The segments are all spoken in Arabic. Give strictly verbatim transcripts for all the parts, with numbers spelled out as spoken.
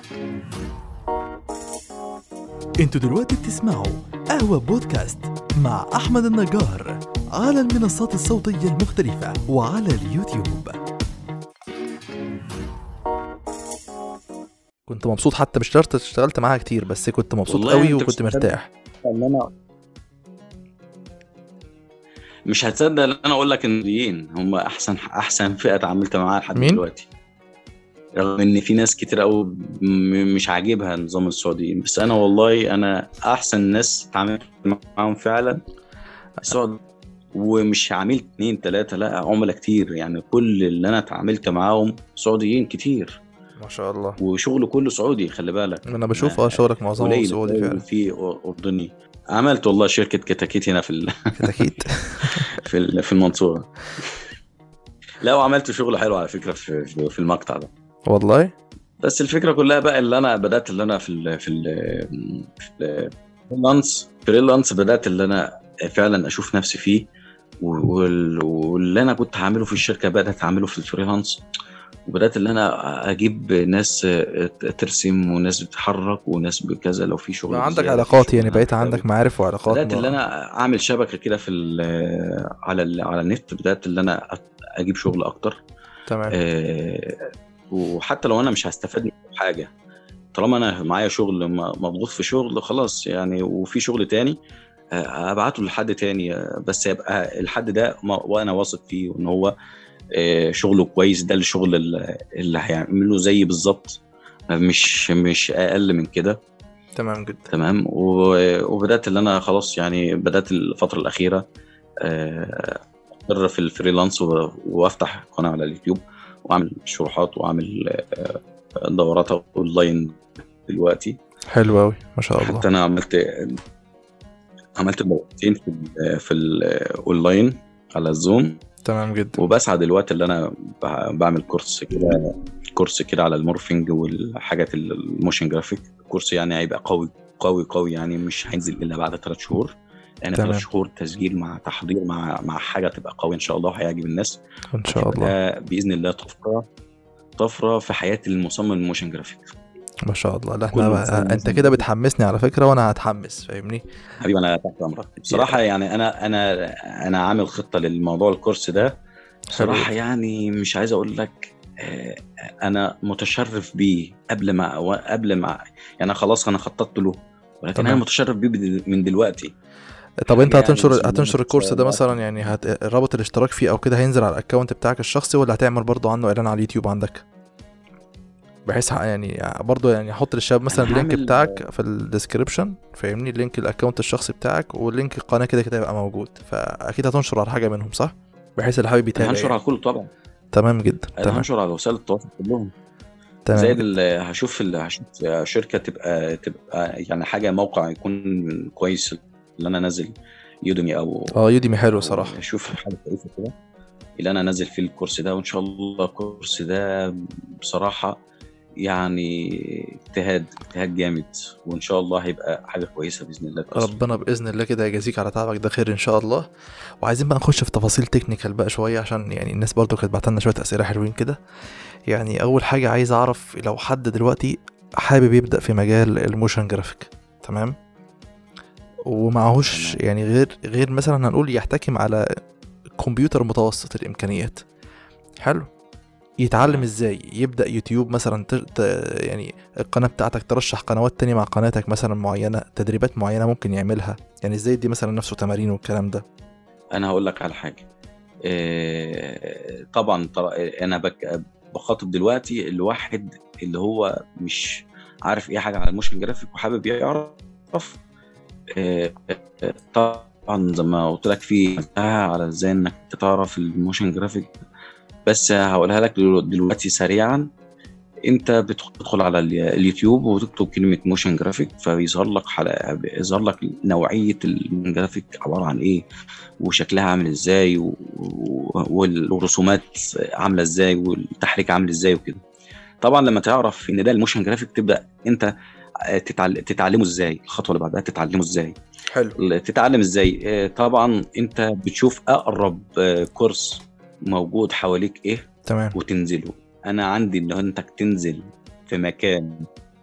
انتوا دلوقتي بتسمعوا قهوة بودكاست مع أحمد النجار على المنصات الصوتية المختلفة وعلى اليوتيوب. كنت مبسوط، حتى مش شرط اشتغلت معاها كتير، بس كنت مبسوط والله قوي انت وكنت مش هتصدق مرتاح. ان انا مش هتصدق ان انا اقول لك ان السعوديين هم احسن احسن فئه اتعاملت معاها لحد مين؟ دلوقتي، رغم ان في ناس كتير قوي م- مش عاجبها نظام السعوديين، بس انا والله انا احسن ناس اتعاملت معاهم فعلا السعوديين. ومش عميل اتنين تلاتة، لا عملاء كتير، يعني كل اللي انا اتعاملت معاهم سعوديين كتير، ما شاء الله. وشغله كله سعودي. خلي بالك انا بشوف اه ما شغلك معظمه قليل سعودي تلاقي فعلا. في اردني. عملت والله شركه كتاكيت هنا في ال... اكيد. في ال- في المنصوره. لا وعملت شغل حلو على فكره في في في المقطع ده. والله بس الفكره كلها بقى اللي انا بدات اللي انا في ال في ال في الفريلانس فريلانس بدات اللي انا فعلا اشوف نفسي فيه، وال- واللي انا كنت هعمله في الشركه بدات اعمله في الفريلانس، وبدات اللي انا اجيب ناس ترسم وناس بتتحرك وناس بكذا لو في شغل بقى عندك بزياده في علاقات، شغل يعني هنا بقيت في عندك معارف وعلاقات بدات اللي ما... انا اعمل شبكه كده في ال- على ال- على النت. بدات اللي انا اجيب شغل اكتر. تمام. آه، وحتى لو انا مش هستفاد من حاجه، طالما انا معايا شغل م- مضغوط في شغل خلاص يعني، وفي شغل تاني آه، ابعته لحد تاني، آه، بس يبقى الحد ده ما- وانا واثق فيه وان هو آه، شغله كويس. ده الشغل اللي اللي هيعمله زي بالظبط، مش مش اقل من كده. تمام جدا. تمام. و- وبدات اللي انا خلاص يعني بدات الفتره الاخيره آه، اقر في الفريلانس و- وافتح قناه على اليوتيوب واعمل شروحات واعمل آه، دورات اونلاين دلوقتي. حلو قوي ما شاء الله. حتى انا عملت عملت دورتين في ال في الاونلاين على الزوم. تمام جدا. وبسعى دلوقتي اللي انا ب- بعمل كورس كده كورس كده على المورفينج والحاجات ال- الموشن جرافيك. كورس يعني هيبقى قوي قوي قوي، يعني مش هينزل الا بعد ثلاث شهور، يعني ثلاث تمام شهور تسجيل مع تحضير مع مع حاجه تبقى قوية ان شاء الله وهيعجب الناس. ان شاء الله. ده باذن الله طفره طفره في حياه المصمم الموشن جرافيك. ما شاء الله. لا كل احنا مصمم بقى... انت موشن كده جرافيك بتحمسني على فكرة، وانا هتحمس فاهمني. حبيبي انا تحت امرك بصراحه. يعني انا انا انا عامل خطه للموضوع الكورس ده حلو بصراحه، جدا. يعني مش عايز اقول لك آه، انا متشرف بيه قبل ما قبل ما يعني خلاص انا خططت له، ولكن انا تمام. متشرف بيه بدل- من دلوقتي. طب انت حاجه يعني هتنشر بسم الله ما هتنشر شاء الكورس ده الله. مثلا، يعني هت... رابط الاشتراك فيه او كده هينزل على الاكونت بتاعك الشخصي، ولا هتعمل برضو عنه اعلان على اليوتيوب عندك، بحيث ح- يعني برضو يعني احط للشباب مثلا انا اللينك هعمل بتاعك في الديسكريبشن فاهمني، اللينك الاكونت الشخصي بتاعك واللينك القناه كده كده هيبقى موجود، فاكيد هتنشر على حاجه منهم صح، بحيث اللي حابب انا يتابع هنشر يعني. على كله طبعا. تمام جدا. انا تمام. هنشر على وسائل التواصل كلهم. تمام زائد جدا. ال- هشوف ال- هشوف شركه تبقى تبقى يعني حاجه موقع يكون كويس اللي انا انزل يوديمي او اه يوديمي حلو او صراحه. اشوف حاجه كويسه كده اللي انا انزل فيه الكورس ده. وان شاء الله الكورس ده بصراحه يعني اجتهاد اجتهاد جامد، وان شاء الله هيبقى حاجه كويسه باذن الله توصل. ربنا باذن الله كده يجازيك على تعبك ده خير ان شاء الله. وعايزين بقى نخش في تفاصيل تكنيكال بقى شويه، عشان يعني الناس برضو كانت بعت لنا شويه اسئله حلوين كده. يعني اول حاجه عايز اعرف، لو حد دلوقتي حابب يبدا في مجال الموشن جرافيك تمام، ومعهوش تمام. يعني غير غير مثلا هنقول يحتكم على كمبيوتر متوسط الامكانيات، حلو، يتعلم تمام. ازاي يبدا يوتيوب مثلا ت... ت... يعني القناه بتاعتك ترشح قنوات تانية مع قناتك مثلا معينه، تدريبات معينه ممكن يعملها، يعني ازاي دي مثلا نفسه تمارين والكلام ده. انا هقول لك على حاجه. إيه، طبعا طر- انا بك- بخاطب دلوقتي الواحد اللي هو مش عارف ايه حاجه على الموشن جرافيك وحابب يعرف. إيه، طبعا زي ما قلت لك في على ازاي انك تعرف الموشن جرافيك، بس هقولها لك دلو- دلوقتي سريعا. انت بتدخل على ال- اليوتيوب وتكتب كلمه موشن جرافيك، فبيظهر لك حلقه بيظهر لك نوعيه الموشن جرافيك عباره عن ايه وشكلها عامل ازاي و- و- والرسومات عامله ازاي والتحريك عامل ازاي وكده. طبعا لما تعرف ان ده الموشن جرافيك تبدا انت تتعل- تتعلمه ازاي. الخطوه اللي بعدها تتعلمه ازاي. حلو. تتعلم ازاي؟ آه، طبعا انت بتشوف اقرب آه، كورس موجود حواليك ايه تمام. وتنزله. انا عندي ان انت تنزل في مكان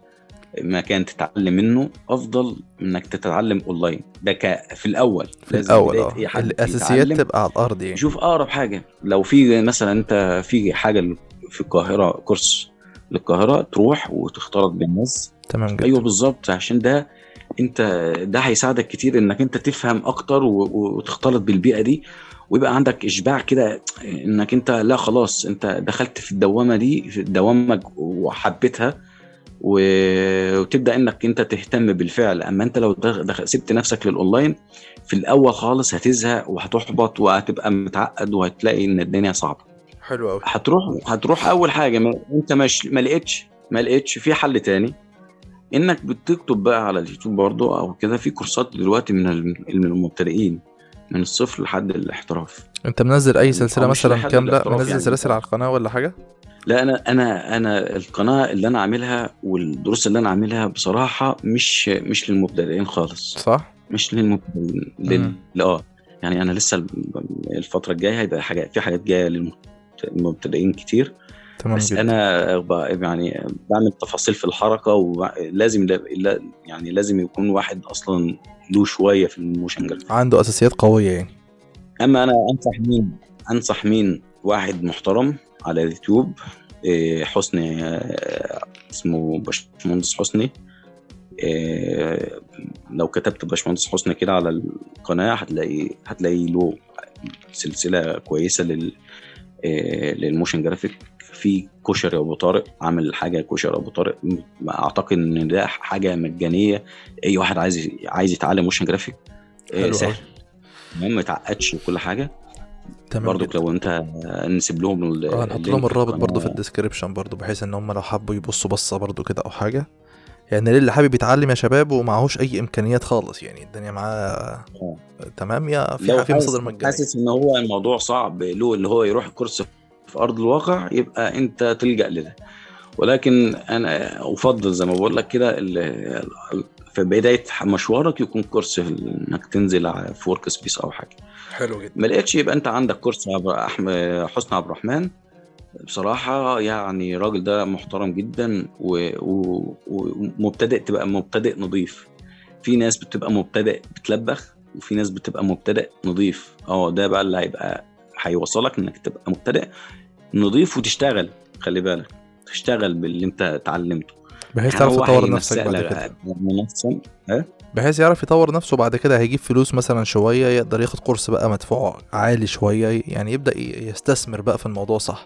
مكان تتعلم منه افضل من انك تتعلم اونلاين. ده ك- في الاول في لازم الاول بدايه اه اي حد الاساسيات يتعلم تبقى على الارض يعني. يشوف اقرب حاجه. لو في مثلا انت في حاجه في القاهره كورس للقاهره تروح وتختلط بالناس. تمام ايوه جدا. بالظبط، عشان ده انت ده هيساعدك كتير انك انت تفهم اكتر و- و- وتختلط بالبيئه دي، ويبقى عندك اشباع كده انك انت لا خلاص انت دخلت في الدوامه دي في الدوامه وحبيتها و- وتبدا انك انت تهتم بالفعل. اما انت لو دخ- دخ- سبت نفسك للاونلاين في الاول خالص هتزهق وهتحبط وهتبقى متعقد وهتلاقي ان الدنيا صعبه. حلو قوي. هتروح هتروح اول حاجه ما انت مش ما لقيتش ما لقيتش في حل تاني انك بتكتب بقى على اليوتيوب برضو او كده. في كورسات دلوقتي من الم- من المبتدئين من الصفر لحد الاحتراف، انت منزل اي سلسله او مش مثلا لحد كامله؟ الاحتراف منزل يعني. سلاسل على القناه ولا حاجه؟ لا انا انا انا القناه اللي انا عاملها والدروس اللي انا عاملها بصراحه مش مش للمبتدئين خالص، صح. مش للمبتدئين مم. لل اه يعني انا لسه الفتره الجايه هيبقى حاجات في حاجات جايه للمبتدئين كتير. تمام بس جدا. انا ب- يعني بعمل تفاصيل في الحركه، ولازم لا- يعني لازم يكون واحد اصلا له شويه في الموشن جرافيك. عنده اساسيات قويه يعني. اما انا انصح مين انصح مين واحد محترم على اليوتيوب، إيه، حسني، آه، اسمه باشمهندس حسني. إيه، لو كتبت باشمهندس حسني كده على القناه هتلاقي هتلاقي له سلسله كويسه لل إيه، للموشن جرافيك. في كشري ابو طارق عامل حاجه، كشري ابو طارق اعتقد ان ده حاجه مجانيه. اي واحد عايز عايز يتعلم موشن جرافيك إيه، حلو سهل، قوي. ما يتعقدش وكل حاجه. تمام برضو جدا. لو انت نسيب لهم ال- اه هنحط لهم اللينك في الرابط برضو في القناه. الديسكريبشن برضو، بحيث ان هم لو حبوا يبصوا بصه برضو كده او حاجه. يعني للي حابب يتعلم يا شباب ومعهوش اي امكانيات خالص، يعني الدنيا معاه آه. تمام، يا في لو في حاسس مصادر مجانيه. حاسس ان هو الموضوع صعب له اللي هو يروح كورس في ارض الواقع، يبقى انت تلجأ لده. ولكن انا افضل زي ما بقول لك كده ال- في بدايه مشوارك يكون كورس انك تنزل ع- في ورك سبيس او حاجه. حلو جدا. ما لقيتش يبقى انت عندك كورس عب- احمد حسني عبد الرحمن. بصراحه يعني الراجل ده محترم جدا و- و- ومبتدئ، تبقى مبتدئ نظيف. في ناس بتبقى مبتدئ بتلبخ، وفي ناس بتبقى مبتدئ نظيف. اه ده بقى اللي هيبقى هيوصلك انك تبقى مبتدئ نظيف وتشتغل. خلي بالك تشتغل باللي انت اتعلمته. بحيث يعني تعرف هو تطور نفسك هينسق بعد لك كده. منظم. ها بحيث يعرف يطور نفسه بعد كده، هيجيب فلوس مثلا شويه يقدر ياخد كورس بقى مدفوع عالي شويه، يعني يبدا ي- يستثمر بقى في الموضوع. صح.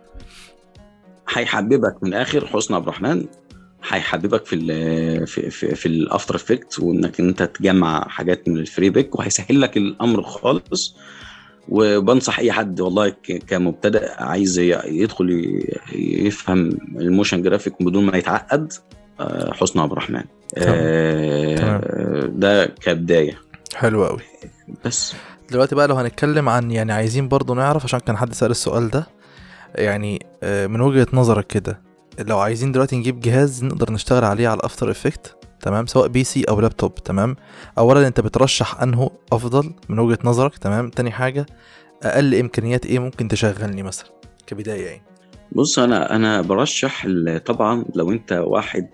هيحببك من الاخر حسني عبد الرحمن، هيحببك في ال في في, في الافتر افكت، وانك انت تجمع حاجات من الفري بيك، وهيسهل لك الامر خالص. وبنصح اي حد والله ك- كمبتدئ عايز ي- يدخل ي- يفهم الموشن جرافيك بدون ما يتعقد، آه، حسني عبد الرحمن. تمام. آه، ده كبداية حلو قوي. بس. دلوقتي بقى لو هنتكلم عن، يعني عايزين برضو نعرف، عشان كان حد سأل السؤال ده، يعني آه، من وجهة نظرك كده، لو عايزين دلوقتي نجيب جهاز نقدر نشتغل عليه على الافتر افكت، تمام، سواء بي سي او لابتوب، تمام، اولا انت بترشح انه افضل من وجهة نظرك؟ تمام. تاني حاجة، اقل امكانيات ايه ممكن تشغلني مثلا كبداية يعني؟ بص انا انا برشح ال- طبعا لو انت واحد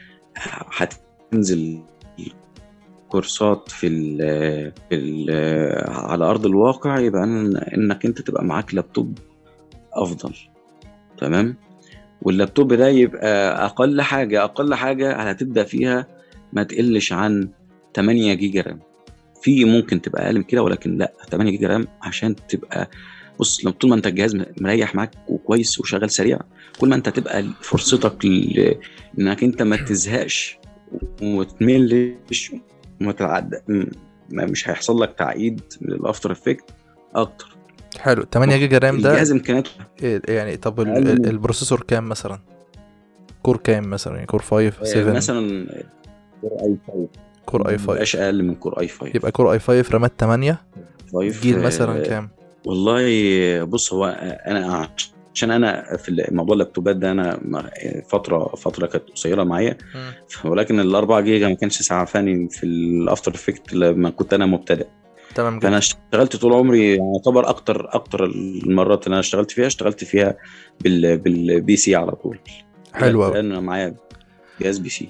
هتنزل كورسات في ال في ال على ارض الواقع، يبقى إن- انك انت تبقى معاك لابتوب افضل. تمام. واللابتوب ده يبقى اقل حاجه اقل حاجه هتبدا فيها ما تقلش عن ثمانية جيجا رام. في ممكن تبقى اقل من كده، ولكن لا، ثمانية جيجا رام عشان تبقى، بص لما طول ما انت الجهاز مريح معاك وكويس وشغال سريع، كل ما انت تبقى فرصتك ل- انك انت ما تزهقش وما تملش وما تعد م- ما- مش هيحصل لك تعقيد من الافتر افكت اكتر. حلو. ثمانية جيجا رام ده الجهاز امكانياته إيه يعني؟ طب ال- أقل من- ال- البروسيسور كام مثلا؟ كور كام مثلا؟ يعني كور خمسة آه، سبعة؟ مثلا كور اي خمسة، كور اي ما يبقاش خمسة؟ اقل من كور اي خمسة. يبقى كور اي خمسة رامات ثمانية. خمسة جيل مثلا آه، كام؟ والله بص هو انا عشان انا في الموضوع اللابتوبات ده انا ما- فتره فتره كانت قصيره معايا، ولكن الأربعة جيجا ما كانش سعفاني في الافتر افكت لما كنت انا مبتدئ. تمام فانا جدا. اشتغلت طول عمري، يعني يعتبر اكتر اكتر المرات اللي انا اشتغلت فيها اشتغلت فيها بال بالبي سي على طول. حلو قوي. لان انا معايا جهاز بي سي.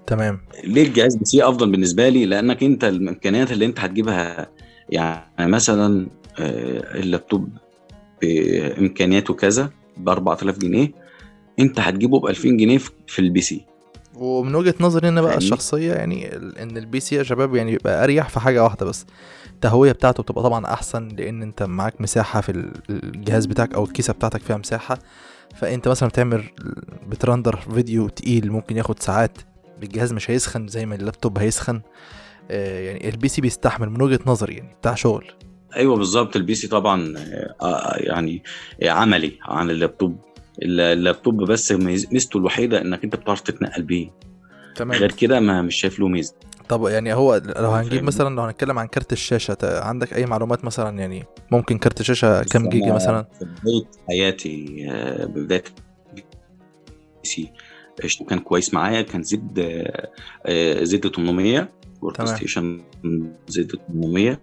تمام. ليه الجهاز بي سي افضل بالنسبه لي؟ لانك انت الامكانيات اللي انت هتجيبها، يعني مثلا آه، اللابتوب بامكانياته كذا ب أربعة آلاف جنيه، انت هتجيبه ب ألفين جنيه في- في البي سي. ومن وجهة نظري انا بقى فاهمني؟ الشخصية يعني ال- ان البي سي يا شباب يعني بيبقى اريح في حاجة واحدة بس، التهوية بتاعته بتبقى طبعا احسن، لان انت معاك مساحة في ال- الجهاز بتاعك او الكيسة بتاعتك فيها مساحة. فانت مثلا بتعمل بترندر فيديو تقيل ممكن ياخد ساعات، الجهاز مش هيسخن زي ما اللابتوب هيسخن. آه، يعني البي سي بيستحمل من وجهة نظري يعني بتاع شغل. ايوه بالظبط. البي سي طبعا آه، آه، يعني عملي عن اللابتوب. الل- اللابتوب بس ميز- ميزته الوحيده انك انت بتعرف تتنقل بيه، تمام. غير كده ما مش شايف له ميزه. طب يعني هو لو هنجيب فاهمني؟ مثلا، لو هنتكلم عن كارت الشاشة، تا- عندك اي معلومات مثلا؟ يعني ممكن كارت الشاشة بس كام جيجا انا مثلا؟ في بدايه حياتي، آه، ببدايه بي سي اشتغل كان كويس معايا، كان زد آه، آه، زد ثمانمية ورك تمام. ستيشن زد ثمانمية.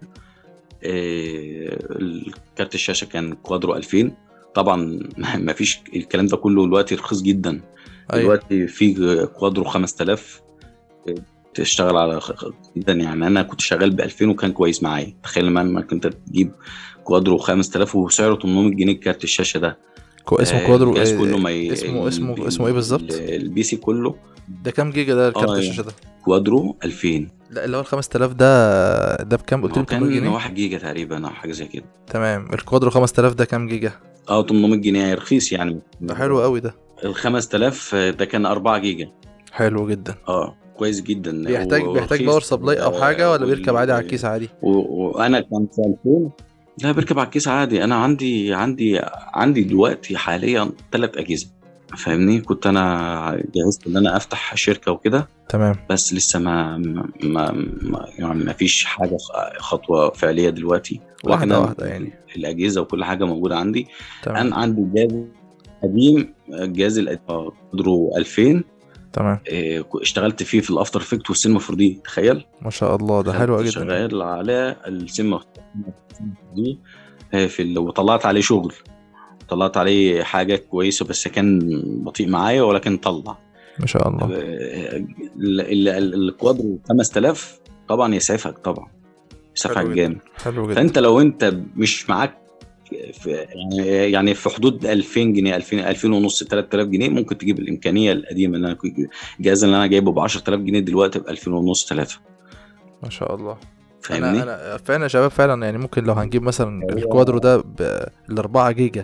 آه، كارت الشاشه كان كوادرو ألفين. طبعا ما فيش الكلام ده كله دلوقتي، رخيص جدا. ايوه دلوقتي في كوادرو خمسة آلاف تشتغل على خ- خ- جدا. يعني انا كنت شغال ب ألفين وكان كويس معايا. تخيل لما انك انت تجيب كوادرو خمسة آلاف وسعره ثمانمية جنيه كارت الشاشه ده. كو اسمه آه، كوادرو الجهاز آه، كله ما ي... اسمه اسمه البي... اسمه ايه بالظبط؟ البي سي كله. ده كام جيجا ده الكارت اه الشاشة ده؟ كوادرو ألفين. لا اللي هو ال خمسة آلاف ده، ده بكام قلت هو لي؟ ثمانمية كان جنيه واحد جيجا تقريبا او حاجه زي كده. تمام. الكوادرو خمسة آلاف ده كام جيجا؟ اه ثمانمية جنيه رخيص يعني. ده حلو قوي ده. ال خمسة آلاف ده كان أربعة جيجا. حلو جدا. اه كويس جدا بيحتاج بيحتاج باور ورخيص. سبلاي او حاجة ولا بيركب عادي على الكيس عادي؟ و... وانا كان في ألفين. لا بيركب على الكيس عادي. انا عندي عندي عندي دلوقتي حاليا ثلاث اجهزه. فاهمني؟ كنت انا جهزت ان انا افتح شركه وكده، تمام. بس لسه ما, ما, ما ما- يعني ما فيش حاجه خطوه فعليه دلوقتي. ولكن واحدة أنا واحدة يعني. الاجهزه وكل حاجه موجوده عندي. تمام انا عندي جهاز قديم، الجهاز القديم قدره ألفين. تمام. إيه، اشتغلت فيه في الافتر افكت والسينما فور دي. تخيل ما شاء الله ده حلو كنت جدا. شغال على السينما فور دي إيه، في ال- وطلعت عليه شغل، طلعت عليه حاجه كويسه، بس كان بطيء معايا ولكن طلع. ما شاء الله. ال- ال- ال- الكوادرو خمسة آلاف طبعا يسعفك، طبعا يسعفك حلو جدا. جامد. حلو جدا. فانت لو انت مش معاك في يعني يعني في حدود ألفين جنيه، ألفين ألفين ونص، ثلاثة آلاف جنيه، ممكن تجيب الامكانيه القديمه اللي انا كنت- الجهاز اللي انا جايبه ب عشرة آلاف جنيه دلوقتي ب ألفين ونص ثلاثة. ما شاء الله. فاهمني؟ انا انا فعلا يا شباب فعلا يعني ممكن لو هنجيب مثلا الكوادرو ده ب أربعة جيجا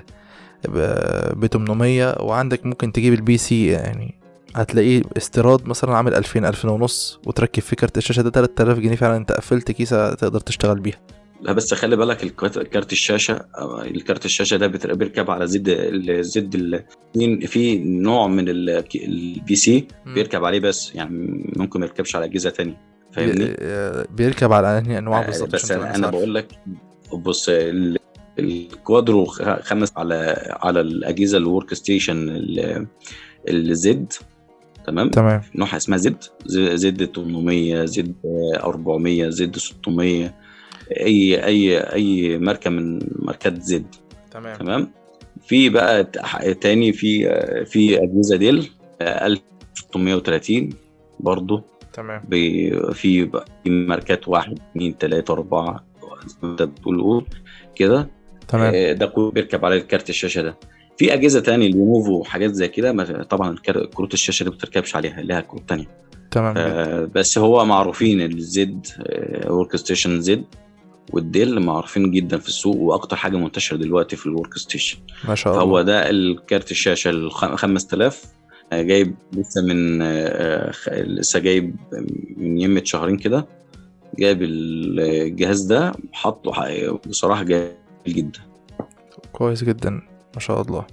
ب ثمانمية، وعندك ممكن تجيب البي سي يعني هتلاقيه استيراد مثلا عامل ألفين ألفين ونص، وتركب فيه كارت الشاشه ده ثلاثة آلاف جنيه، فعلا انت قفلت كيسه تقدر تشتغل بيها. لا بس خلي بالك الكارت كارت الشاشه، أو الكارت الشاشه ده بتر- بيركب على زد الزد ال- في نوع من ال- البي سي بيركب عليه، بس يعني ممكن ما يركبش على اجهزه تانية. فاهمني؟ بي- آه، بيركب على انهي انواع آه، بالظبط؟ بس عشان تبقى انا الناس انا عارفة. بقول لك بص، ال- الكوادرو خ- خمس على على الاجهزه الورك ستيشن ال- الزد. تمام. تمام. نوعها اسمها زد، ز- زد ثمانمية، زد أربعمية، زد ستمية، اي اي اي ماركه من ماركات زد. تمام. تمام. في بقى ت- تاني في في اجهزه ديل آه، ألف وستمية وتلاتين برضو. تمام. ب- في بقى في ماركات واحد اتنين تلاتة أربعة زي ما انت بتقول قول كده. تمام. آه، ده كله بيركب على الكارت الشاشه ده. في اجهزه تاني لينوفو وحاجات زي كده، ما- طبعا الكار- كروت الشاشه دي ما بتركبش عليها، لها كروت تانية. تمام جدا. آه، بس هو معروفين الزد ورك ستيشن زد والديل معروفين جدا في السوق، واكتر حاجه منتشره دلوقتي في الورك ستيشن. ما شاء فهو الله. ده الكارت الشاشه ال خمسة آلاف. آه، جايب لسه من آه، خ- لسه جايب من يمة شهرين كده. جايب الجهاز ده حطه ح- بصراحه جميل جدا. كويس جدا ما شاء الله.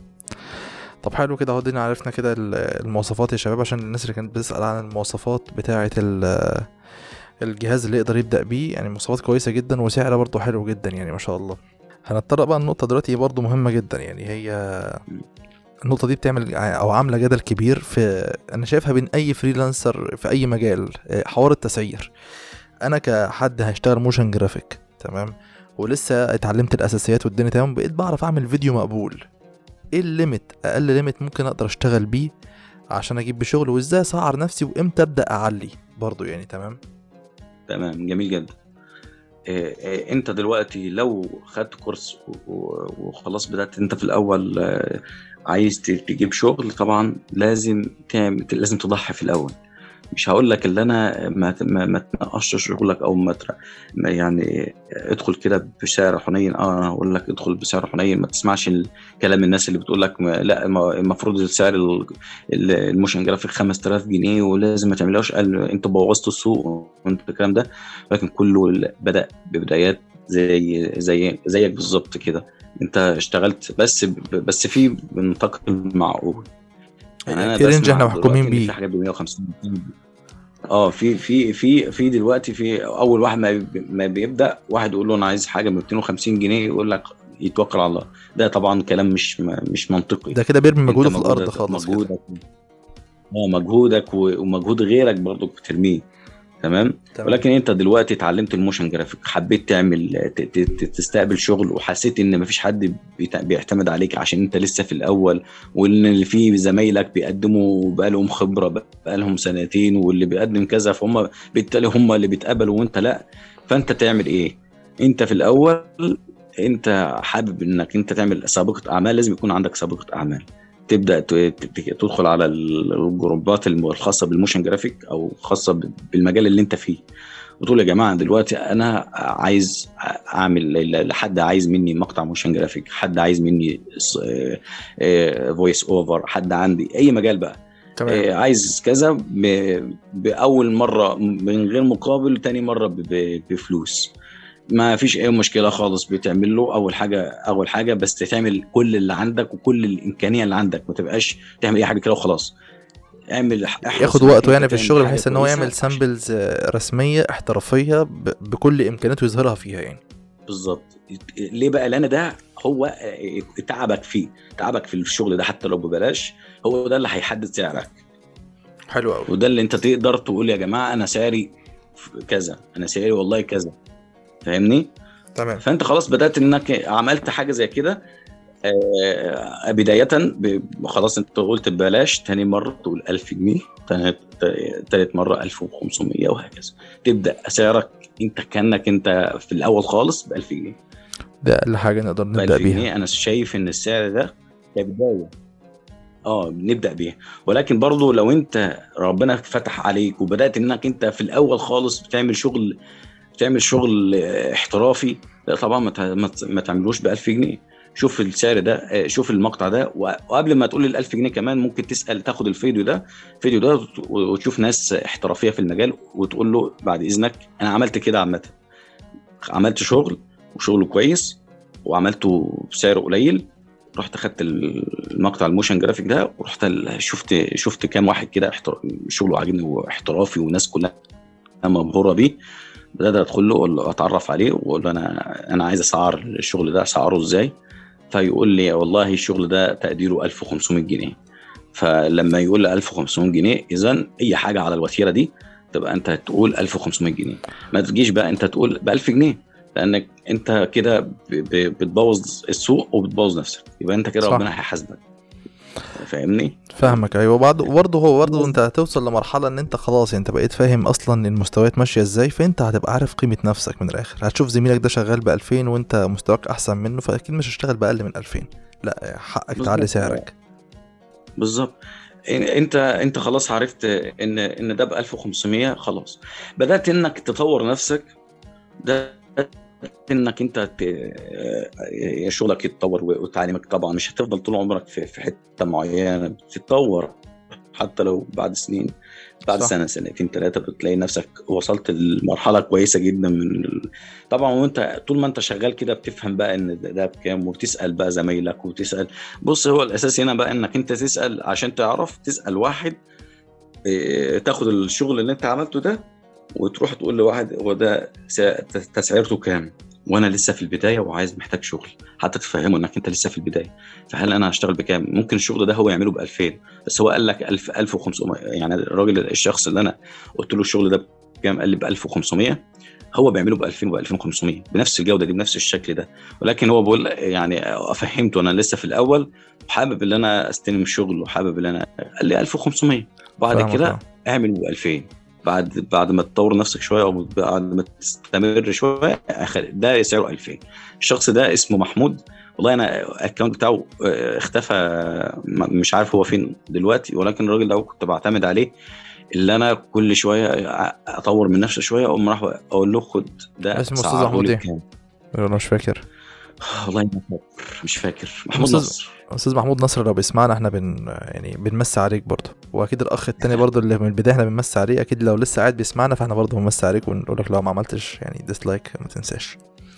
طب حلو كده اهو، دينا عرفنا كده ال- المواصفات يا شباب، عشان الناس اللي كانت بتسأل عن المواصفات بتاعة ال- الجهاز اللي يقدر يبدأ بيه. يعني مواصفات كويسة جدا وسعره برضو حلو جدا يعني ما شاء الله. هنتطرق بقى النقطة دلوقتي برضو مهمة جدا، يعني هي النقطة دي بتعمل او عاملة جدل كبير في، انا شايفها بين اي فريلانسر في اي مجال، حوار التسعير. انا كحد هيشتغل موشن جرافيك تمام، ولسه اتعلمت الاساسيات والدنيا تمام، بقيت بعرف اعمل فيديو مقبول. ايه الليميت، اقل ليميت ممكن اقدر اشتغل بيه عشان اجيب بشغل، وازاي اسعر نفسي وامتى ابدا اعلي برضو يعني. تمام تمام جميل جدا. إيه إيه انت دلوقتي لو خدت كورس وخلاص بدأت انت في الاول آه، عايز تجيب شغل، طبعا لازم تعمل لازم تضحي في الاول. مش هقول لك اللي انا ما ما, ما تنقصش شغلك او ما, تر... ما يعني ادخل كده بسعر حنين. اه انا هقول لك ادخل بسعر حنين، ما تسمعش كلام الناس اللي بتقول لك ما... لا المفروض السعر الموشن جرافيك خمسة آلاف جنيه ولازم ما تعملهاش، قال انت بوظت السوق وانت الكلام ده. لكن كله بدأ ببدايات زي زي زيك بالظبط كده. انت اشتغلت بس بس في نطاق المعقول. يعني انا رينج احنا محكومين بيه، في حاجات ب مية وخمسين. اه في في في في دلوقتي في اول واحد ما ما بيبدا واحد يقول له انا عايز حاجه ب مئتين وخمسين جنيه، يقول لك يتوكل على الله. ده طبعا كلام مش مش منطقي. ده كده بيرمي مجهوده في الارض خالص. مجهودك اه مجهودك ومجهود غيرك برضو بترميه. تمام. ولكن انت دلوقتي اتعلمت الموشن جرافيك، حبيت تعمل تستقبل شغل وحسيت ان مفيش حد بيعتمد عليك عشان انت لسه في الاول، وان اللي فيه زمايلك بيقدموا بقالهم خبره بقالهم سنتين واللي بيقدم كذا، فهم بالتالي هم اللي بيتقبلوا وانت لا. فانت تعمل ايه؟ انت في الاول انت حابب انك انت تعمل سابقه اعمال، لازم يكون عندك سابقه اعمال. تبدا تدخل على الجروبات الخاصه بالموشن جرافيك او خاصه بالمجال اللي انت فيه، وتقول يا جماعه دلوقتي انا عايز اعمل لحد عايز مني مقطع موشن جرافيك، حد عايز مني فويس اوفر، حد عندي اي مجال بقى تمام. عايز كذا باول مره من غير مقابل، تاني مره بفلوس، ما فيش اي مشكله خالص. بتعمل له اول حاجه اول حاجه بس تعمل كل اللي عندك وكل الامكانيه اللي عندك، ما تبقاش تعمل اي حاجه كده وخلاص. اعمل ياخد وقته يعني في الشغل بحيث ان هو يعمل سامبلز رسميه احترافيه بكل امكانياته يظهرها فيها يعني. بالظبط. ليه بقى؟ لان ده هو تعبك فيه تعبك في الشغل ده حتى لو ببلاش، هو ده اللي هيحدد سعرك. حلو قوي. وده اللي انت تقدر تقول يا جماعه انا سعري كذا، انا سعري والله كذا، فاهمني؟ تمام. فانت خلاص بدات انك عملت حاجه زي كده. آه بدايه خلاص انت قلت ببلاش، تاني مره تقول ألف جنيه، تالت مره ألف وخمسمية، وهكذا. تبدا سعرك انت كانك انت في الاول خالص ب ألف جنيه. ده اقل حاجه نقدر نبدا بيها. انا شايف ان السعر ده كبدايه اه نبدا بيه. ولكن برضو لو انت ربنا فتح عليك وبدات انك انت في الاول خالص بتعمل شغل تعمل شغل احترافي، لا طبعا ما تعملوش بألف جنيه. شوف السعر ده، شوف المقطع ده، وقبل ما تقول الألف جنيه كمان ممكن تسأل، تاخد الفيديو ده الفيديو ده وتشوف ناس احترافية في المجال وتقول له بعد إذنك أنا عملت كده، عامة عملت شغل وشغله كويس وعملته بسعر قليل، رحت أخدت المقطع الموشن جرافيك ده ورحت شفت شفت كام واحد كده شغله عاجبني واحترافي وناس كلها مبهورة بيه، بدأت أدخل له وأتعرف عليه وأقول له أنا أنا عايز أسعر الشغل ده، أسعره إزاي؟ فيقول لي والله الشغل ده تقديره ألف وخمسمية جنيه. فلما يقول لي ألف وخمسمية جنيه، إذن أي حاجة على الوتيرة دي تبقى أنت تقول ألف وخمسمية جنيه، ما تجيش بقى أنت تقول بألف جنيه، لأنك أنت كده بتبوظ السوق وبتبوظ نفسك، يبقى أنت كده ربنا هيحاسبك. فاهمني؟ فاهمك. ايوه. بعد برضه هو برضه انت هتوصل لمرحله ان انت خلاص انت بقيت فاهم اصلا المستويات ماشيه ازاي، فانت هتبقى عارف قيمه نفسك من الاخر. هتشوف زميلك ده شغال ب ألفين وانت مستواك احسن منه، فاكيد مش هتشتغل باقل من ألفين، لا حقك تعلي سعرك. بالظبط. انت انت خلاص عرفت ان ان ده ب ألف وخمسمية، خلاص بدات انك تطور نفسك، ده انك انت شغلك يتطور وتعليمك. طبعا مش هتفضل طول عمرك في في حته معينه، بتتطور حتى لو بعد سنين، بعد صح. سنه سنتين ثلاثه بتلاقي نفسك وصلت لمرحله كويسه جدا من ال... طبعا. وانت طول ما انت شغال كده بتفهم بقى ان ده بكام، وتسال بقى زمايلك وتسال. بص هو الاساس هنا بقى انك انت تسال عشان تعرف، تسال واحد اه... تاخد الشغل اللي انت عملته ده وتروح تقول لواحد هو ده تسعيرته كام وانا لسه في البدايه وعايز محتاج شغل، حتى تفهمه انك انت لسه في البدايه. فهل انا هشتغل بكام؟ ممكن الشغل ده هو يعمله ب ألفين بس هو قال لك ألف ألف وخمسمية. يعني الراجل الشخص اللي انا قلت له الشغل ده بكام قال لي ب ألف وخمسمية، هو بيعمله ب ألفين و ألفين وخمسمية بنفس الجوده دي بنفس الشكل ده، ولكن هو بقول يعني افهمته انا لسه في الاول وحابب ان انا استلم الشغل وحابب ان انا، قال لي ألف وخمسمية، بعد كده اعمل ب ألفين، بعد بعد ما تطور نفسك شويه او بعد ما تستمر شويه ده سعره ألفين. الشخص ده اسمه محمود، والله انا الاكونت بتاعه اختفى مش عارف هو فين دلوقتي، ولكن الراجل ده كنت بعتمد عليه اللي انا كل شويه اطور من نفسي شويه اقوم راح اقول له خد ده اسمه استاذ محمود ايه؟ انا مش فاكر والله مش فاكر. محمود نصر. استاذ محمود نصر لو بيسمعنا احنا بن يعني بنمسي عليك برضه، واكيد الاخ التاني برضه اللي من البدايه احنا بنمسي عليه، اكيد لو لسه قاعد بيسمعنا فاحنا برضه بنمسي عليك ونقول لك لو ما عملتش يعني ديسلايك ما تنساش.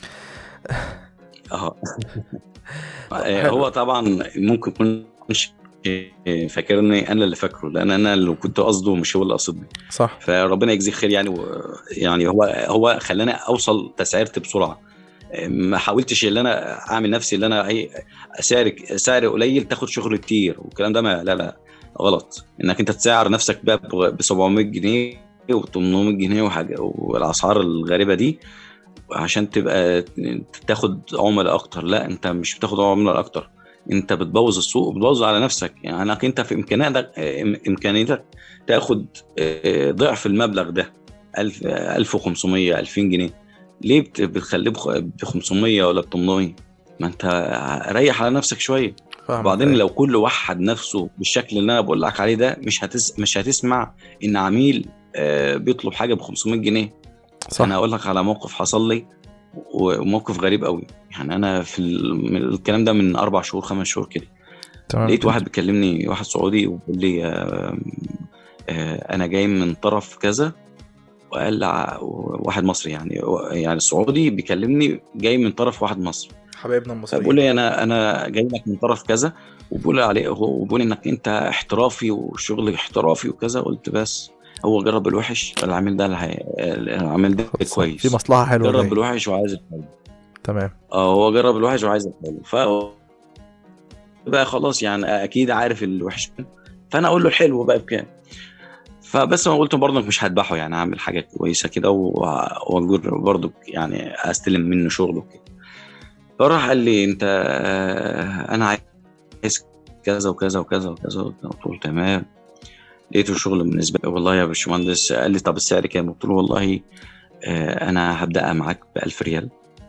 اه هو طبعا ممكن يكون مش فاكرني انا اللي فاكره، لان انا اللي كنت قصده مش هو اللي قصدني. صح. فربنا يجزيه خير يعني و... يعني هو هو خلاني اوصل تسعيرتي بسرعه، ما حاولتش ان انا اعمل نفسي اللي انا اي سعر سعر قليل تاخد شغل كتير والكلام ده، ما لا لا غلط. انك انت تسعر نفسك بقى ب سبعمية جنيه و800 جنيه وحاجه والاسعار الغريبه دي عشان تبقى تاخد عملاء اكتر، لا انت مش بتاخد عملاء اكتر، انت بتبوظ السوق وبتبوظ على نفسك. يعني انك انت في امكانياتك امكانياتك تاخد ضعف المبلغ ده ألف وخمسمية ألفين جنيه، ليه بتخليه ب خمسمية ولا ب ثمانمية؟ ما انت ريح على نفسك شويه. وبعدين لو كل وحد نفسه بالشكل اللي انا بقول لك عليه ده مش هتس... مش هتسمع ان عميل بيطلب حاجه ب خمسمية جنيه. صح. انا اقول لك على موقف حصل لي وموقف غريب قوي، يعني انا في الكلام ده من اربع شهور خمس شهور كده، لقيت واحد بيكلمني، واحد سعودي، وبيقول لي آآ آآ انا جاي من طرف كذا، وقال واحد مصري يعني يعني السعودي بيكلمني جاي من طرف واحد مصري حبايبنا المصريين، بيقول لي انا انا جاي لك من طرف كذا، وبقول عليه وبقول انك انت احترافي وشغل احترافي وكذا. قلت بس هو جرب الوحش، العميل ده العميل ده كويس، في مصلحه حلوه، جرب الوحش وعايز الحلو. تمام. اه هو جرب الوحش وعايز الحلو، ف بقى خلاص يعني اكيد عارف الوحش، فانا اقول له الحلو بقى بكام. فبس ما قلت برضك مش هذبحه، يعني اعمل حاجه كويسه كده واجر برضك يعني استلم منه شغله كده. فراح قال لي انت انا عايز كذا وكذا وكذا وكذا. قلت له تمام. لقيته الشغل بالنسبه لي، والله يا باشمهندس. قال لي طب السعر كام؟ قلت له والله انا هبدا معاك ب ألف ريال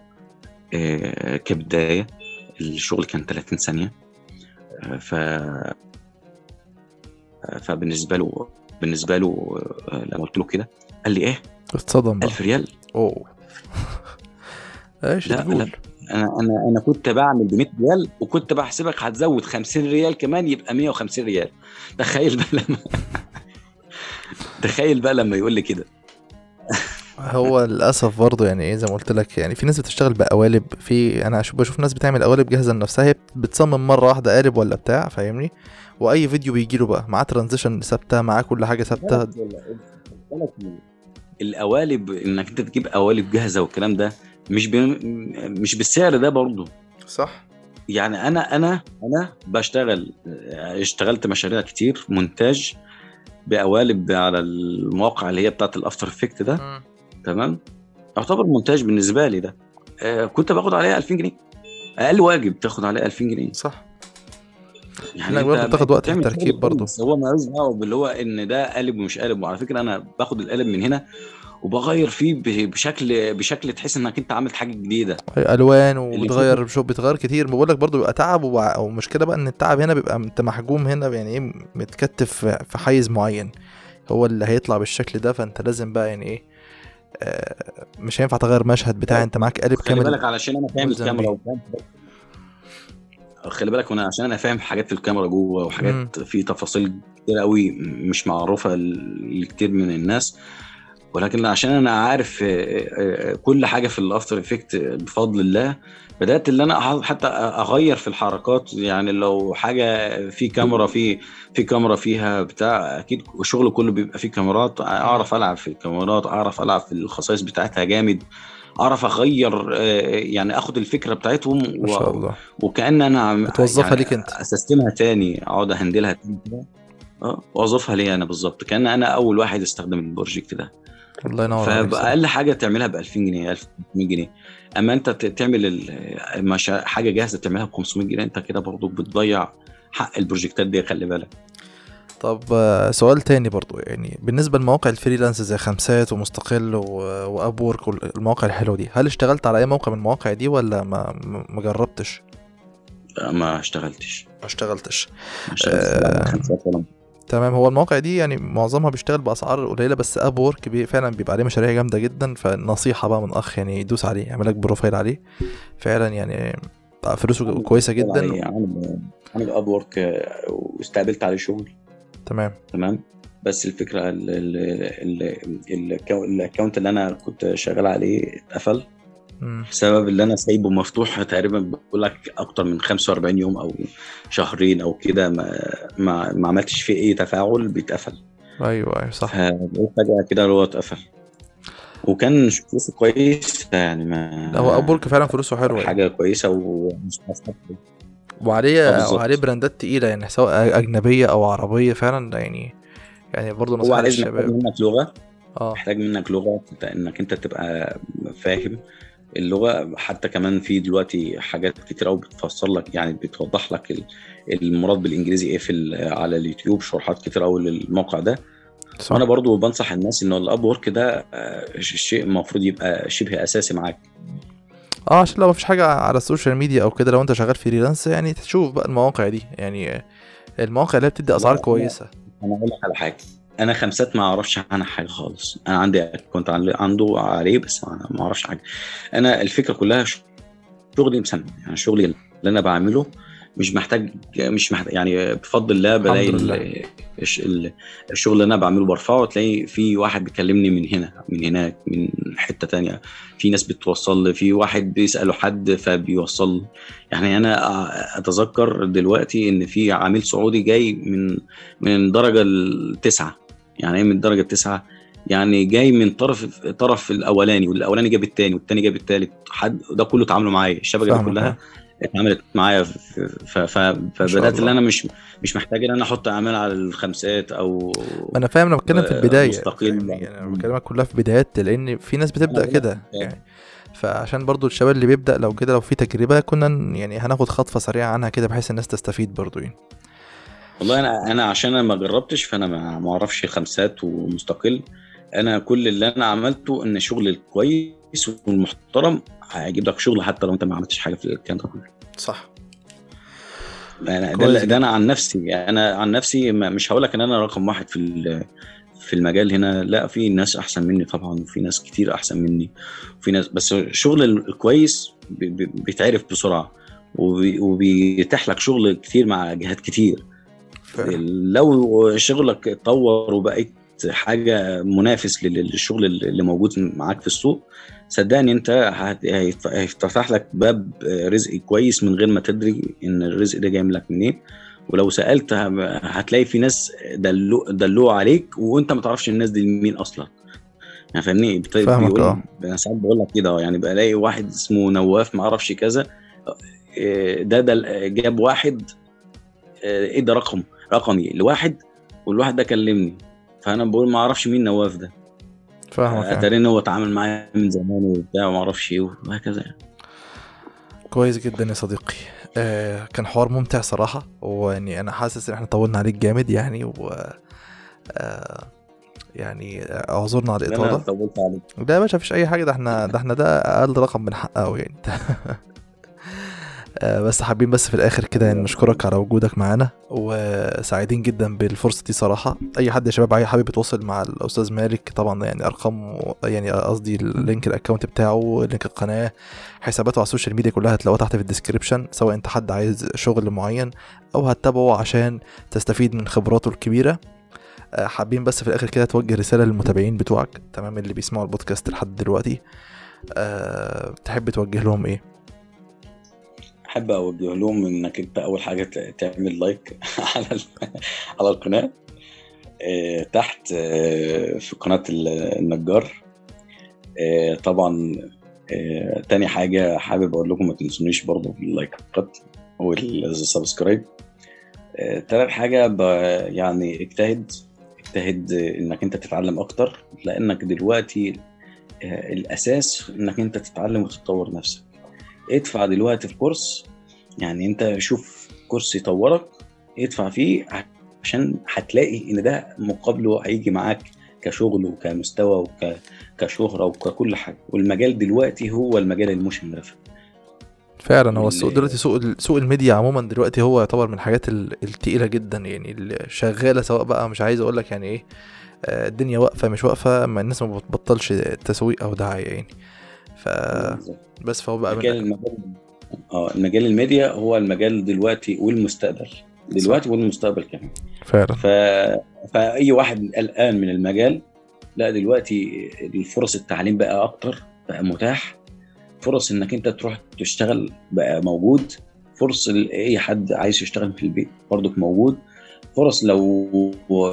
كبدايه، الشغل كان ثلاثين ثانيه. ف فبالنسبه له بالنسبه له لما قلت له كده قال لي ايه؟ اتصدم بقى. ألف ريال؟ اوه ايش لا تقول؟ لا انا انا انا كنت بعمل ب مية ريال، وكنت بحسبك هتزود خمسين ريال كمان يبقى مية وخمسين ريال. تخيل بقى لما تخيل بقى لما يقول لي كده. هو للاسف برضه يعني ايه زي ما قلت لك، يعني في ناس بتشتغل بقوالب، في انا اشوف بشوف ناس بتعمل قوالب جاهزه لنفسها، هي بتصمم مره واحده قالب ولا بتاع، فاهمني؟ واي فيديو بيجي له بقى معاه ترانزيشن ثابته، معاه كل حاجه ثابته. القوالب انك انت تجيب قوالب جاهزه والكلام ده مش بي... مش بالسعر ده برضه. صح. يعني انا انا انا بشتغل اشتغلت مشاريع كتير مونتاج بقوالب على المواقع اللي هي بتاعت الافتر افكت ده. م. تمام. يعتبر مونتاج بالنسبه لي ده آه كنت باخد عليه ألفين جنيه، اقل واجب تاخد عليه ألفين جنيه. صح. يعني برضه بتاخد وقت في التركيب برضه. هو ما لازم دعوه باللي هو ان ده قالب ومش قالب. وعلى فكره انا باخد القالب من هنا وبغير فيه بشكل بشكل تحس انك انت عملت حاجه جديده، الوان وبتغير شو بتغير كتير. بقول لك برضه بيبقى تعب، ومشكله بقى ان التعب هنا بيبقى انت محجوم هنا، يعني ايه متكتف في حيز معين هو اللي هيطلع بالشكل ده. فانت لازم بقى يعني ايه آه مش هينفع تغير مشهد بتاع انت معاك قالب كامل. خلي بالك علشان انا فاهم الكاميرا وفاهم، خلي بالك وانا عشان انا فاهم حاجات في الكاميرا جوه وحاجات م. في تفاصيل كتير قوي مش معروفه لكتير من الناس، ولكن عشان انا عارف كل حاجه في الافتر افكت بفضل الله بدات اللي انا حتى اغير في الحركات. يعني لو حاجه في كاميرا في في كاميرا فيها بتاع، اكيد الشغل كله بيبقى فيه كاميرات، اعرف العب في الكاميرات، اعرف العب في الخصائص بتاعتها جامد، اعرف اغير يعني اخد الفكره بتاعتهم ما شاء الله وكأن انا توظفها يعني ليك انت، اسستمها تاني، اقعد اهندلها تاني اه واوظفها لي انا بالظبط، كأن انا اول واحد استخدم البروجكت ده. الله ينور عليك صراحة. فاقل حاجه تعملها ب ألفين جنيه ألف ومية جنيه. اما انت ت- تعمل ال- مشا- حاجه جاهزه تعملها ب خمسمية جنيه، انت كده برضو بتضيع حق البروجكتات دي، خلي بالك. طب آه، سؤال تاني برضو، يعني بالنسبة لمواقع الفريلانس زي خمسات ومستقل واب وورك والمواقع الحلوة دي، هل اشتغلت على اي موقع من المواقع دي ولا ما ما ما جربتش؟ ما اشتغلتش ما اشتغلتش. ما اشتغلتش لا آه، على خمسات ولا. تمام. هو المواقع دي يعني معظمها بيشتغل باسعار قليله، بس اب وورك بي فعلا بيبقى عليه مشاريع جامده جدا. فنصيحه بقى من اخ، يعني يدوس عليه، يعمل لك بروفايل عليه فعلا، يعني فلوسه كويسه جدا. يعني عامل عامل اب وورك واستقبلت عليه شغل، تمام. تمام. بس الفكره ال- ال- ال- ال- الأكاو- الاكونت اللي انا كنت شغال عليه اتقفل مم. بسبب اللي انا سايبه مفتوح تقريبا، بقول لك اكتر من خمسة وأربعين يوم او شهرين او كده، ما ما, ما عملتش فيه اي تفاعل، بيتقفل. ايوه ايوه صح. فبقيت فجاه كده هو اتقفل، وكان فلوسه كويس يعني، ما لا، هو اب وورك فعلا فلوسه حلوه يعني. حاجه كويسه ومش مصدق. اه وعليه بالظبط. وعليه براندات تقيله، يعني سواء اجنبيه او عربيه فعلا، ده يعني يعني برضه هو نصيحه عايز محتاج للشباب. منك لغه، اه محتاج منك لغه انك انت تبقى فاهم اللغه. حتى كمان في دلوقتي حاجات كتير قوي بتفسر لك، يعني بتوضح لك ال- المراد بالانجليزي ايه في ال- على اليوتيوب، شروحات كتير قوي للموقع ده. صح. وانا برضو بنصح الناس ان الاب وورك ده آه، شيء المفروض يبقى شبه اساسي معاك. اه عشان لو مفيش حاجه على السوشيال ميديا او كده، لو انت شغال فريلانس يعني تشوف بقى المواقع دي، يعني المواقع اللي هي بتدي اسعار لا، انا كويسه. انا اقول لك على حاجه، انا خمسات ما اعرفش عنها حاجه خالص. انا عندي كنت عنده عليه بس انا ما اعرفش حاجه. انا الفكره كلها شغلي مسمى، يعني شغلي اللي انا بعمله مش محتاج مش محتاج يعني بفضل الله بلاقي الحمد لله. ال- الش- ال- الشغل اللي انا بعمله برفعه، تلاقي في واحد بيكلمني من هنا من هناك من حتة تانية، في ناس بتوصل لي، في واحد بيسأله حد فبيوصل لي. يعني انا أ- اتذكر دلوقتي ان في عميل سعودي جاي من من الدرجة التسعة. يعني ايه من الدرجة التسعة؟ يعني جاي من طرف طرف الاولاني، والاولاني جاب الثاني، والثاني جاب الثالث، حد ده كله اتعاملوا معايا، الشبكه دي فاهمك كلها اه. اتعاملت معايا. ف- ف- ف- ما شاء فبدات اللي الله. انا مش مش محتاج ان انا احط اعمال على الخمسات او ما انا فاهم، انا بتكلم في آه، البدايه، مستقل. فاهمني؟ يعني انا بكلمك كلها في بدايات، لان في ناس انا بتبدا بقول لك كده خمسات. يعني. فعشان برضو الشباب اللي بيبدا، لو كده لو في تجربه كنا ن- يعني هناخد خطفه سريعه عنها كده، بحيث الناس تستفيد برضو يعني. والله انا انا عشان انا ما جربتش، فانا ما ما اعرفش خمسات ومستقل. انا كل اللي انا عملته ان شغل الكويس والمحترم هيجيب لك شغل حتى لو انت ما عملتش حاجه في الكلام ده كله. صح. انا ده, كويس ده جدا. انا عن نفسي، انا عن نفسي ما- مش هقول لك ان انا رقم واحد في ال- في المجال هنا، لا، في ناس احسن مني طبعا، وفي ناس كتير احسن مني، وفي ناس، بس الشغل الكويس بي- بي- بيتعرف بسرعه، وبي- وبيتيح لك شغل كتير مع جهات كتير. فعلا. لو شغلك اتطور وبقيت حاجه منافس لل- للشغل اللي موجود معاك في السوق، صدقني انت هت- هيت- هيفتح لك باب رزق كويس من غير ما تدري ان الرزق ده جاي لك منين. ولو سالت ه- هتلاقي في ناس دلو دلوه عليك وانت ما تعرفش الناس دي مين اصلا. يعني فاهمني؟ بت- فاهمك بيقول اه. انا ساعات بقول لك كده، يعني بلاقي واحد اسمه نواف ما اعرفش كذا، إيه ده ده جاب واحد، ايه ده رقم رقمي لواحد، والواحد ده كلمني، فانا بقول ما اعرفش مين نواف ده، فاهمك يعني. اتاري ان هو اتعامل معايا من زمان وبتاع وما اعرفش ايه وهكذا يعني. كويس جدا يا صديقي. آه كان حوار ممتع صراحه، ويعني انا حاسس ان احنا طولنا عليك جامد يعني، و آه يعني اعذرنا على ده انا الاطاله. طولت عليك. ده يا باشا مفيش اي حاجه، ده احنا ده احنا ده اقل رقم بنحققه يعني. آه، بس حابين بس في الاخر كده يعني نشكرك على وجودك معانا، وسعيدين جدا بالفرصه دي صراحه. اي حد يا شباب عايز حابب يتواصل مع الاستاذ مالك، طبعا يعني ارقام، يعني قصدي اللينك الاكونت بتاعه، لينك القناه، حساباته على السوشيال ميديا كلها هتلاقوها تحت في الديسكريبشن، سواء انت حد عايز شغل معين او هتتابعه عشان تستفيد من خبراته الكبيره. آه، حابين بس في الاخر كده توجه رساله للمتابعين بتوعك، تمام، اللي بيسمعوا البودكاست لحد دلوقتي، أه تحب توجه لهم ايه؟ احب اوجه لهم انك انت اول حاجه ت- تعمل لايك على ال- على القناه، آه، تحت آه، في قناه ال- النجار. آه، طبعا آه، تاني حاجه حابب اقول لكم ما تنسونيش برضو باللايكات والسبسكرايب. آه، تالت حاجه ب- يعني اجتهد اجتهد انك انت تتعلم اكتر، لانك دلوقتي آه، الاساس انك انت تتعلم وتطور نفسك. ادفع دلوقتي في كورس، يعني انت شوف كورس يطورك ادفع فيه، عشان هتلاقي ان ده مقابله هيجي معاك كشغل وكمستوى وكشهرة وككل حاجة. والمجال دلوقتي هو المجال الموشن جرافيك فعلا. هو السوق وال- دلوقتي، سوق ال- سوق الميديا عموما دلوقتي هو يعتبر من الحاجات ال- التقيلة جدا، يعني اللي شغالة، سواء بقى مش عايز اقول لك يعني ايه، آه، الدنيا واقفة مش واقفة، ما الناس ما بتبطلش تسويق او دعاية يعني. ف بس فهو بقى من مجال المجال اه المجال الميديا هو المجال دلوقتي والمستقبل، صح دلوقتي والمستقبل كمان. فعلا. ف... فأي واحد قلقان من المجال، لا دلوقتي الفرص التعليم بقى أكتر، بقى متاح، فرص إنك أنت تروح تشتغل بقى موجود، فرص أي حد عايز يشتغل في البيت برضك موجود، فرص لو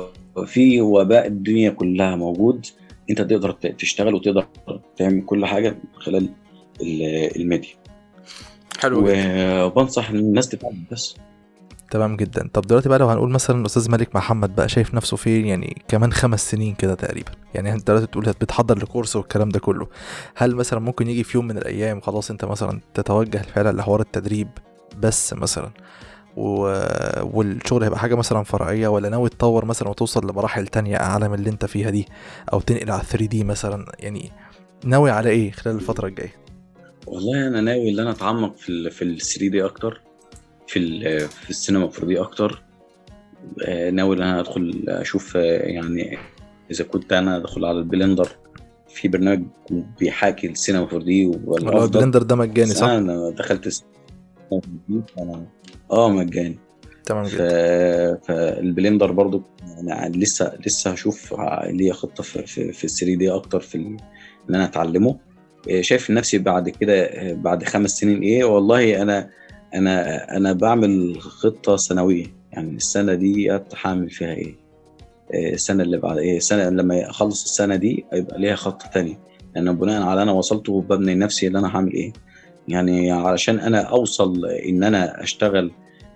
في وباء الدنيا كلها موجود، أنت تقدر تشتغل وتقدر تعمل كل حاجة من خلال ال- الميديا. حلو جدا. وبنصح الناس تتعلم بس. تمام جدا. طب دلوقتي بقى لو هنقول مثلا الاستاذ مالك محمد بقى شايف نفسه فين يعني كمان خمس سنين كده تقريبا، يعني انت دلوقتي بتقول بتحضر لكورس والكلام ده كله، هل مثلا ممكن يجي في يوم من الايام خلاص انت مثلا تتوجه فعلا لحوار التدريب بس مثلا و... والشغل هيبقى حاجة مثلا فرعية، ولا ناوي تطور مثلا وتوصل لمراحل تانية اعلى من اللي انت فيها دي، او تنقل على ثري دي مثلا؟ يعني ناوي على ايه خلال الفترة الجاية؟ والله انا ناوي ان انا اتعمق في ال في ال ثري دي اكتر، في ال في السينما فور دي اكتر. آه، ناوي ان انا ادخل اشوف، آه، يعني اذا كنت انا ادخل على البلندر في برنامج بيحاكي السينما فور دي ولا والافضل. البلندر ده مجاني بس صح؟ انا دخلت السينما فور دي انا اه مجاني. تمام ف... جدا. فالبلندر برضو يعني لسه لسه هشوف ليا خطه في في, في الثري دي اكتر، في ال... ان انا اتعلمه. آه، شايف نفسي بعد كده، آه، بعد خمس سنين ايه. والله انا انا انا بعمل خطه سنويه، يعني السنه دي هعمل فيها ايه، آه، السنه اللي بعد ايه، السنه لما اخلص السنه دي هيبقى ليها خطه تانية، لان بناء على انا وصلته ببني نفسي اللي انا هعمل ايه. يعني علشان انا اوصل ان انا اشتغل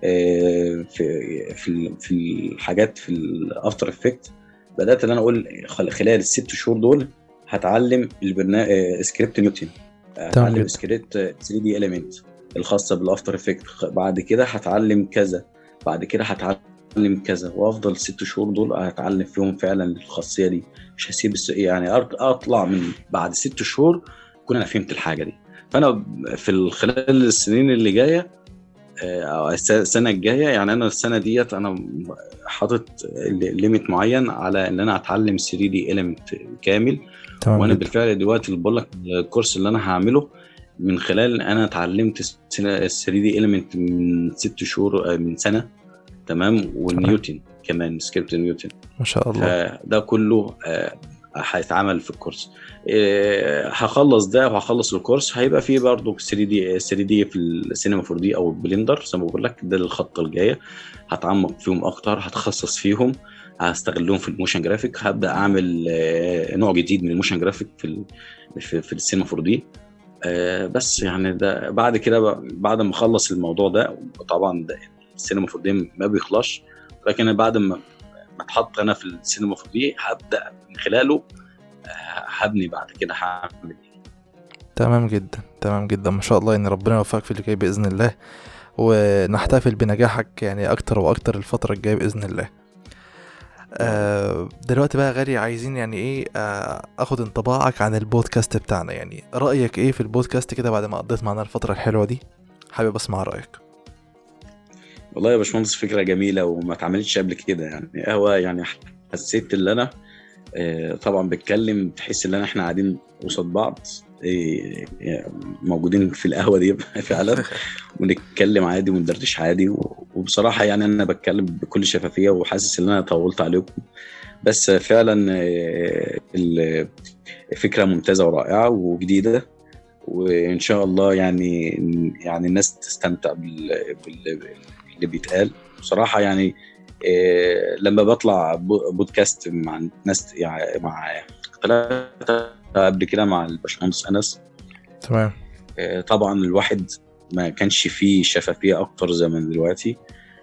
آه، في في في الحاجات في الافتر افكت، بدات ان انا اقول خل- خلال الست شهور دول هتعلم البرنامج سكريبت نيوتن، تمام هتعلم جدا. سكريبت ثري دي اليمنت الخاصه بالافتر افكت، بعد كده هتعلم كذا، بعد كده هتعلم كذا، وافضل ست شهور دول هتعلم فيهم فعلا الخاصيه دي. مش هسيب الس- يعني أر- اطلع من بعد ست شهور كون انا فهمت الحاجه دي. فانا في خلال السنين اللي جايه، آه، أو الس- السنه الجايه، يعني انا السنه ديت انا حاطط ليميت معين على ان انا اتعلم ثري دي element كامل. تمام وانا جدا. بالفعل دلوقتي اللي بقول لك الكورس اللي انا هعمله من خلال انا اتعلمت ثري دي element من ست شهور، آه، من سنه تمام، والنيوتن كمان سكريبت نيوتن. ما شاء الله. فده كله آه، هيتعمل في الكورس. آه، هخلص ده وهخلص الكورس، هيبقى فيه برضو ثري دي ثري دي في السينما فور دي او البلندر زي ما بقول لك. ده الخطه الجايه، هتعمق فيهم اكتر، هتخصص فيهم، هستغلهم في الموشن جرافيك، هبدا اعمل آه، نوع جديد من الموشن جرافيك في ال- في, في السينما فور دي. آه، بس يعني ده بعد كده بقى- بعد ما اخلص الموضوع ده، طبعا ده السينما فور دي ما بيخلصش، لكن بعد ما ما اتحط انا في السينما فور دي هبدا من خلاله، آه، هبني بعد كده هعمل ايه. تمام جدا. تمام جدا. ما شاء الله، ان ربنا يوفقك في اللي جاي باذن الله، ونحتفل بنجاحك يعني اكتر واكتر الفتره الجايه باذن الله. آه دلوقتي بقى يا غالي، عايزين يعني ايه، آه اخد انطباعك عن البودكاست بتاعنا، يعني رايك ايه في البودكاست كده بعد ما قضيت معنا الفتره الحلوه دي؟ حابب اسمع رايك. والله يا باشمهندس فكره جميله وما اتعملتش قبل كده، يعني هو يعني حسيت ان انا آه، طبعا بتكلم تحس ان احنا قاعدين قصاد بعض، آه، موجودين في القهوه دي فعلا، ونتكلم عادي وندردش عادي. وبصراحه يعني انا بتكلم بكل شفافيه، وحاسس ان انا طولت عليكم، بس فعلا آه، الفكره ممتازه ورائعه وجديده، وان شاء الله يعني يعني الناس تستمتع بال- بال- باللي بيتقال بصراحه. يعني إيه لما بطلع بو- بودكاست مع ناس، يعني مع ثلاثه قبل كده مع الباشمهندس انس، تمام. إيه طبعا الواحد ما كانش فيه شفافيه اكتر زي من دلوقتي، يعني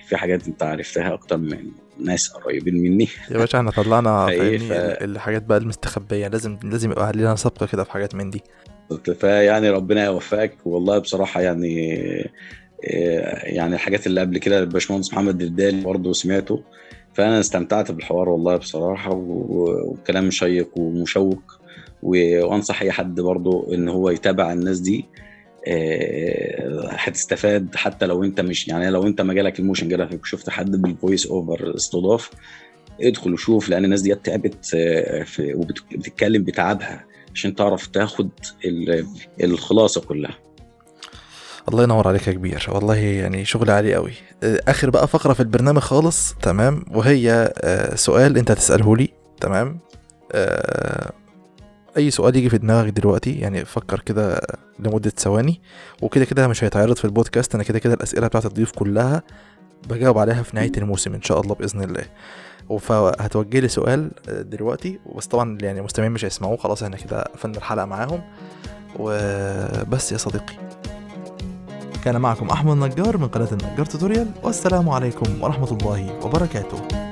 في حاجات انت عرفتها اكتر من ناس قريبين مني يا باشا احنا طلعنا فايه فاهمني ف... ال- الحاجات بقى المستخبيه، لازم لازم يبقى لنا سابقه كده في حاجات من دي. فيعني ربنا يوفقك والله بصراحة. يعني يعني الحاجات اللي قبل كده الباشمهندس محمد الدالي برضه سمعته، فأنا استمتعت بالحوار والله بصراحة، و- وكلام شيق ومشوق، و- وأنصح أي حد برضه إن هو يتابع الناس دي. آه، هتستفاد حتى لو انت مش يعني لو انت مجالك الموشن جرافيك وشفت حد بالفويس اوفر استضاف، ادخل وشوف، لان الناس دي تعبت آه، في- وبتتكلم بتعبها عشان تعرف تاخد ال- الخلاصة كلها. الله ينور عليك يا كبير، والله يعني شغل عالي قوي. آه، اخر بقى فقره في البرنامج خالص، تمام، وهي آه، سؤال انت هتساله لي، تمام. آه، اي سؤال يجي في دماغك دلوقتي، يعني فكر كده لمده ثواني، وكده كده مش هيتعرض في البودكاست، انا كده كده الاسئله بتاعت الضيوف كلها بجاوب عليها في نهايه الموسم ان شاء الله باذن الله. فهتوجه لي سؤال آه، دلوقتي، بس طبعا يعني المستمعين مش هيسمعوه، خلاص احنا كده قفلنا الحلقه معاهم وبس يا صديقي. كان معكم أحمد النجار من قناة النجار توتوريال، والسلام عليكم ورحمة الله وبركاته.